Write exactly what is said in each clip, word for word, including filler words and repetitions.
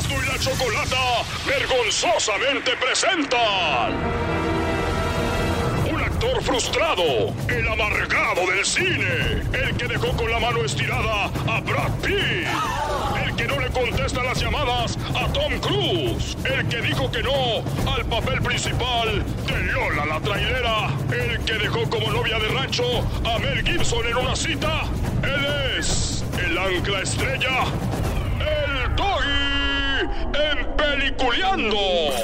Erasmo y la Chocolata vergonzosamente presentan un actor frustrado, el amargado del cine, el que dejó con la mano estirada a Brad Pitt, el que no le contesta las llamadas a Tom Cruise, el que dijo que no al papel principal de Lola la trailera, el que dejó como novia de rancho a Mel Gibson en una cita. Él es el ancla estrella, el Doggy, en Peliculeando.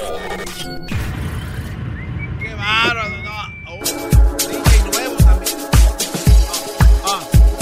¡Qué bárbaro! No. Oh, D J nuevo también. Oh,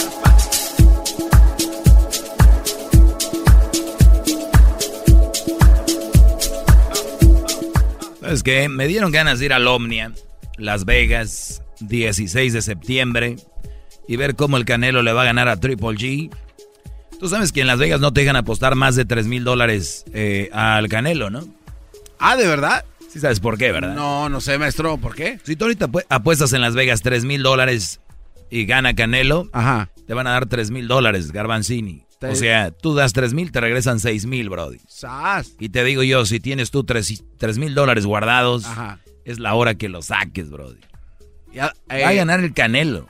oh. ¿Sabes qué? Me dieron ganas de ir al Omnia, Las Vegas, dieciséis de septiembre, y ver cómo el Canelo le va a ganar a Triple G. Tú sabes que en Las Vegas no te dejan apostar más de tres mil dólares eh, al Canelo, ¿no? Ah, ¿de verdad? Sí sabes por qué, ¿verdad? No, no sé, maestro, ¿por qué? Si tú ahorita apuestas en Las Vegas tres mil dólares y gana Canelo, ajá, te van a dar tres mil dólares, Garbanzini. Te... O sea, tú das tres mil, te regresan seis mil, brody. ¡Sas! Y te digo yo, si tienes tú tres mil dólares guardados, ajá, es la hora que lo saques, brody. Ya, eh... Va a ganar el Canelo.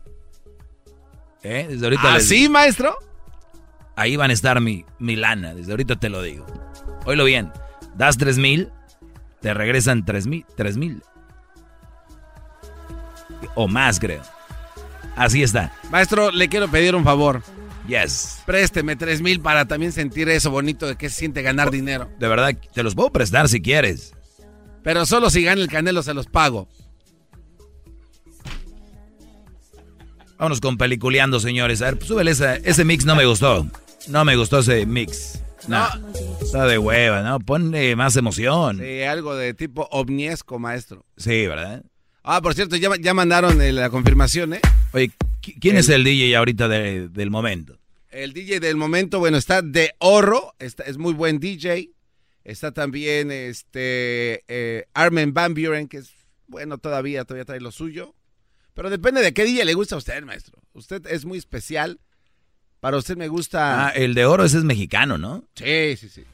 ¿Eh? Desde ahorita ¿Ah, sí, maestro? Ahí van a estar mi, mi lana, desde ahorita te lo digo. Oílo bien, das tres mil, te regresan tres mil, tres mil. O más, creo. Así está. Maestro, le quiero pedir un favor. Yes. Présteme tres mil para también sentir eso bonito de que se siente ganar dinero. De verdad, te los puedo prestar si quieres. Pero solo si gana el Canelo se los pago. Vámonos con Peliculeando, señores. A ver, súbele esa, ese mix, no me gustó. No me gustó ese mix. No. Está de hueva, ¿no? Ponle más emoción. Sí, algo de tipo ovniesco, maestro. Sí, ¿verdad? Ah, por cierto, ya, ya mandaron eh, la confirmación, ¿eh? Oye, ¿quién el, es el D J ahorita de, del momento? El D J del momento, bueno, está de oro. Está, es muy buen D J. Está también este eh, Armin van Buuren, que es bueno todavía, todavía trae lo suyo. Pero depende de qué D J le gusta a usted, maestro. Usted es muy especial. Para usted me gusta... Ah, el de oro ese es mexicano, ¿no? Sí, sí, sí.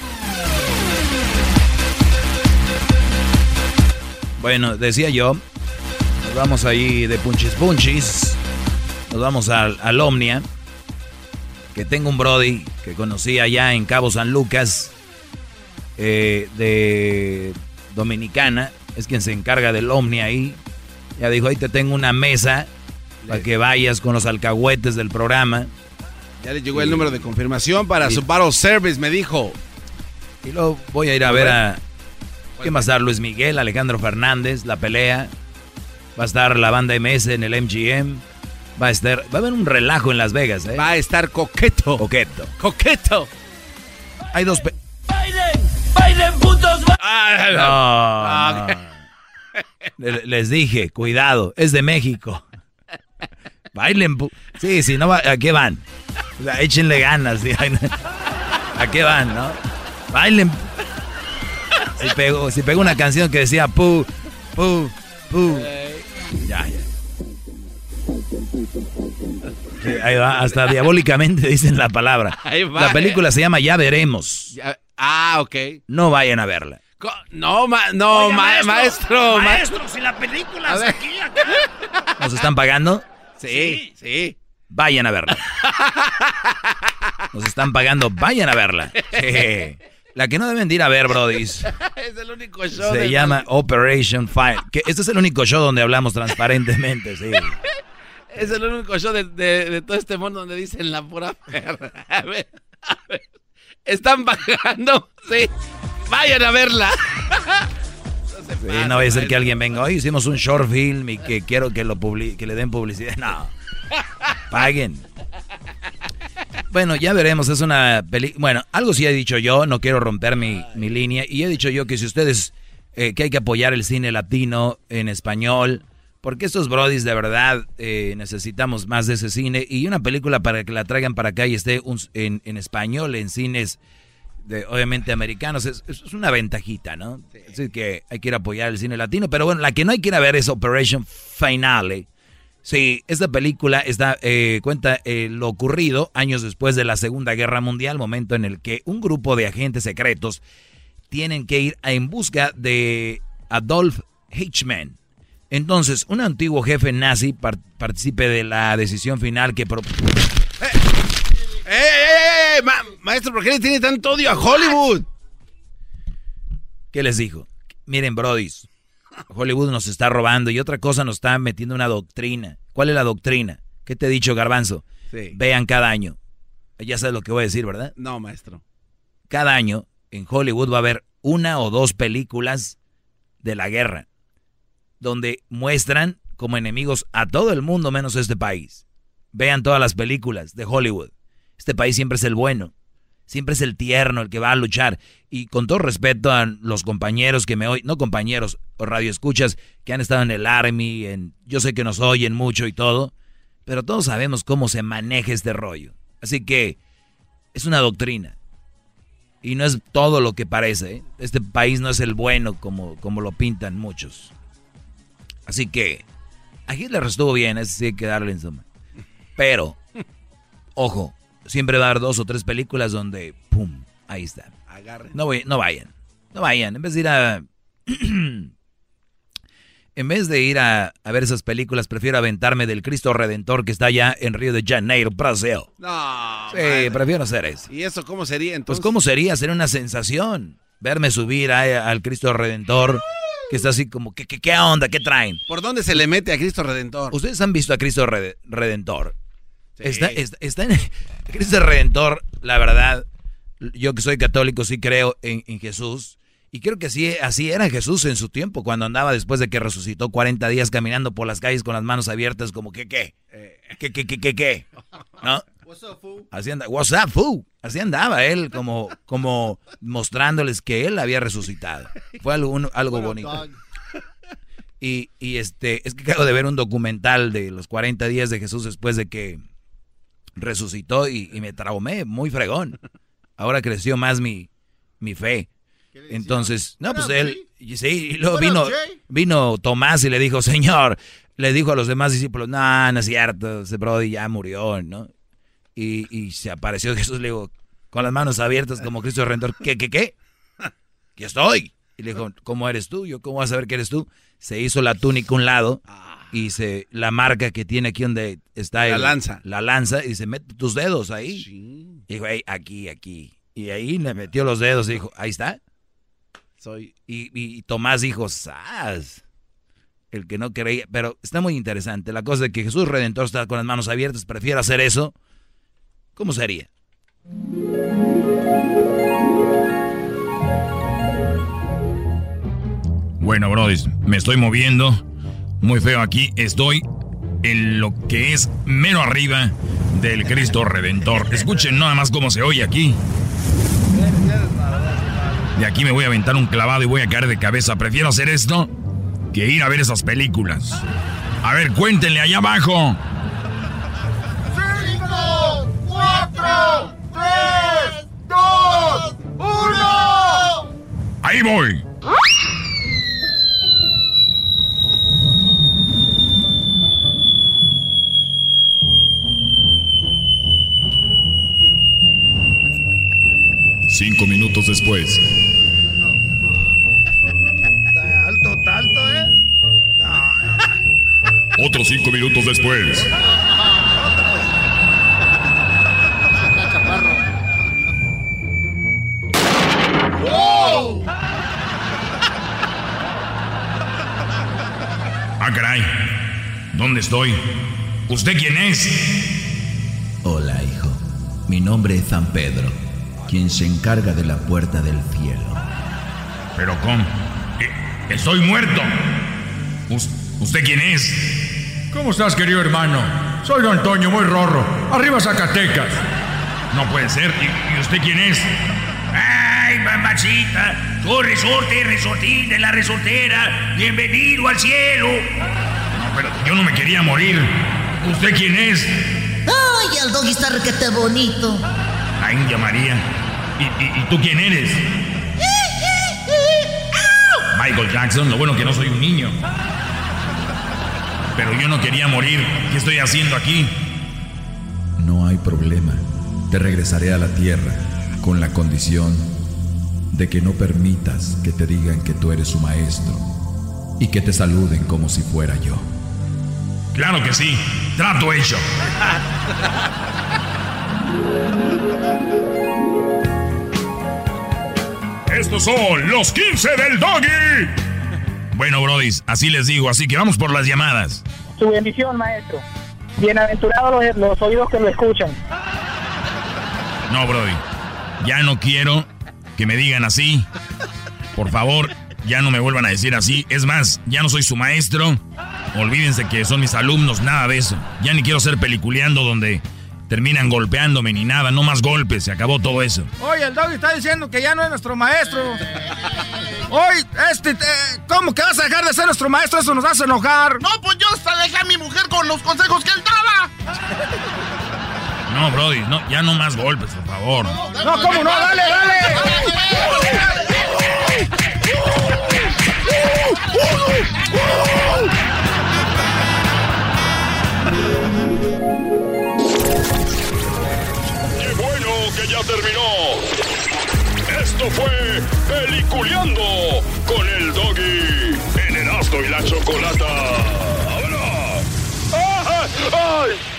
Bueno, decía yo, nos vamos ahí de punchis punchis. Nos vamos al, al Omnia. Que tengo un brody que conocí allá en Cabo San Lucas, eh, de Dominicana. Es quien se encarga del Omnia ahí. Ya dijo, ahí te tengo una mesa para que vayas con los alcahuetes del programa. Ya le llegó y, el número de confirmación para y, su Battle Service, me dijo. Y luego voy a ir a ver a... ¿Quién va a estar? Luis Miguel, Alejandro Fernández, la pelea. Va a estar la banda M S en el M G M. Va a estar... Va a haber un relajo en Las Vegas, ¿eh? Va a estar coqueto. Coqueto. Coqueto. Hay dos... Pe- ¡Bailen! ¡Bailen, putos! Ah, no, no. Les dije, cuidado, es de México. Bailen. Pu- sí, sí, no va, ¿a qué van? O sea, échenle ganas. ¿Sí? ¿A qué van, no? Bailen. Si pegó, si pegó una canción que decía pu, pu, pu. Ya, ya. Sí, ahí va, hasta diabólicamente dicen la palabra. La película se llama Ya Veremos. Ya, ah, ok. No vayan a verla. No, ma, no, Oiga, ma, maestro, maestro. Maestro, ma- si la película es aquí, acá. ¿Nos están pagando? Sí, sí, sí. Vayan a verla. Nos están pagando, vayan a verla. Sí. La que no deben de ir a ver, brodis. Es el único show. Se llama mal. Operation Fire. Que este es el único show donde hablamos transparentemente, sí. Es el único show de, de, de todo este mundo donde dicen la pura perra. A ver, a ver. Están pagando, sí. Vayan a verla. No, sí, pasa, no vaya a ser que alguien venga. Hoy hicimos un short film y que quiero que lo publi- que le den publicidad. No. Paguen. Bueno, ya veremos. Es una peli. Bueno, algo sí he dicho yo. No quiero romper mi, mi línea. Y he dicho yo que si ustedes. Eh, que hay que apoyar el cine latino en español. Porque estos brodis de verdad eh, necesitamos más de ese cine. Y una película para que la traigan para acá y esté un, en, en español, en cines. De, obviamente americanos, es, es una ventajita, ¿no? Sí. Así que hay que ir a apoyar el cine latino, pero bueno, la que no hay que ir a ver es Operation Finale, Sí, esta película está, eh, cuenta eh, lo ocurrido años después de la Segunda Guerra Mundial, momento en el que un grupo de agentes secretos tienen que ir en busca de Adolf Eichmann. Entonces, un antiguo jefe nazi par- participe de la decisión final que... Pro- ¡Eh, eh, eh, eh! Ma- maestro, ¿por qué le tiene tanto odio a Hollywood? ¿Qué les dijo? Miren, brodis, Hollywood nos está robando y otra cosa nos está metiendo una doctrina. ¿Cuál es la doctrina? ¿Qué te he dicho, Garbanzo? Sí. Vean cada año. Ya sabes lo que voy a decir, ¿verdad? No, maestro. Cada año en Hollywood va a haber una o dos películas de la guerra donde muestran como enemigos a todo el mundo menos este país. Vean todas las películas de Hollywood. Este país siempre es el bueno. Siempre es el tierno, el que va a luchar. Y con todo respeto a los compañeros que me oyen, no compañeros o radioescuchas que han estado en el Army, en, yo sé que nos oyen mucho y todo, pero todos sabemos cómo se maneja este rollo. Así que es una doctrina. Y no es todo lo que parece, ¿eh? Este país no es el bueno como, como lo pintan muchos. Así que a Hitler estuvo bien, es sí hay que darle en suma. Pero, ojo, siempre va a haber dos o tres películas donde, pum, ahí está. Agarren. No, voy, no vayan, no vayan. En vez de ir a... en vez de ir a, a ver esas películas, prefiero aventarme del Cristo Redentor que está allá en Río de Janeiro, Brasil. No. Sí, madre. prefiero hacer eso. ¿Y eso cómo sería entonces? Pues cómo sería, sería una sensación. Verme subir a- al Cristo Redentor, que está así como, ¿qué, qué, qué onda? ¿Qué traen? ¿Por dónde se le mete a Cristo Redentor? ¿Ustedes han visto a Cristo Rede- Redentor? Sí. Está, está, está en Cristo Redentor, la verdad, yo que soy católico sí creo en, en Jesús. Y creo que así, así era Jesús en su tiempo, cuando andaba después de que resucitó cuarenta días caminando por las calles con las manos abiertas como que qué, Eh, qué, qué, qué, qué, qué, ¿no? what's up, fool? Así andaba, what's up, fool? Así andaba él, como, como mostrándoles que él había resucitado. Fue algo, un- algo bonito. Y, y este, es que acabo de ver un documental de los cuarenta días de Jesús después de que resucitó y, y me traumé, muy fregón. Ahora creció más mi, mi fe. Entonces, no, pues él, y sí, y luego vino, vino Tomás y le dijo, Señor, le dijo a los demás discípulos, no, no es cierto, ese brody ya murió, ¿no? Y, y se apareció Jesús, le dijo, con las manos abiertas como Cristo Redentor, ¿qué, qué, qué? Aquí estoy. Y le dijo, ¿cómo eres tú? Yo, ¿cómo vas a saber que eres tú? Se hizo la túnica a un lado y se, la marca que tiene aquí donde está La el- lanza. la lanza y se mete tus dedos ahí. Sí. Y dijo, hey, aquí, aquí. Y ahí le metió los dedos y dijo, ahí está. Soy... Y, y Tomás dijo, ¡zas! El que no creía. Pero está muy interesante. La cosa de que Jesús Redentor está con las manos abiertas, prefiere hacer eso. ¿Cómo sería? Bueno, brodis, me estoy moviendo. Muy feo aquí. Estoy en lo que es mero arriba del Cristo Redentor. Escuchen nada más cómo se oye aquí. De aquí me voy a aventar un clavado y voy a caer de cabeza. Prefiero hacer esto que ir a ver esas películas. A ver, cuéntenle allá abajo. cinco, cuatro, tres, dos, uno. Ahí voy. Cinco minutos después. Alto, alto, ¿eh? Otros cinco minutos después. Ah, caray. ¿Dónde estoy? ¿Usted quién es? Hola, hijo. Mi nombre es San Pedro, quien se encarga de la puerta del cielo. Pero ¿cómo? Eh, Estoy muerto. Us- ¿Usted quién es? ¿Cómo estás, querido hermano? Soy Don Antonio, muy rorro. Arriba Zacatecas. No puede ser. ¿Y, y usted quién es? Ay, mamacita, tú resorte, resortín de la resortera, bienvenido al cielo. No, pero yo no me quería morir. ¿Usted quién es? Ay, el doggy está requete bonito. La India María. ¿Y, y, y tú quién eres? Michael Jackson. Lo bueno que no soy un niño. Pero yo no quería morir. ¿Qué estoy haciendo aquí? No hay problema. Te regresaré a la tierra con la condición de que no permitas que te digan que tú eres su maestro y que te saluden como si fuera yo. Claro que sí. Trato hecho. Estos son los quince del Doggy. Bueno, brodis, así les digo, así que vamos por las llamadas. Su bendición, maestro. Bienaventurados los, los oídos que lo escuchan. No, brody, ya no quiero que me digan así. Por favor, ya no me vuelvan a decir así. Es más, ya no soy su maestro. Olvídense que son mis alumnos, nada de eso. Ya ni quiero ser peliculeando donde terminan golpeándome ni nada. No más golpes, se acabó todo eso. Oye, el Doggy está diciendo que ya no es nuestro maestro. Oye, este, ¿cómo que vas a dejar de ser nuestro maestro? Eso nos hace enojar. No, pues yo hasta dejé a mi mujer con los consejos que él daba. No, brody, no, ya no más golpes, por favor. No, ¿cómo no? ¡Dale, dale! ¡Qué bueno que ya terminó! Esto fue Peliculeando con el Doggy en Erasmo y la Chocolata. ¡Vámonos! ¡Ay! ¡Ay!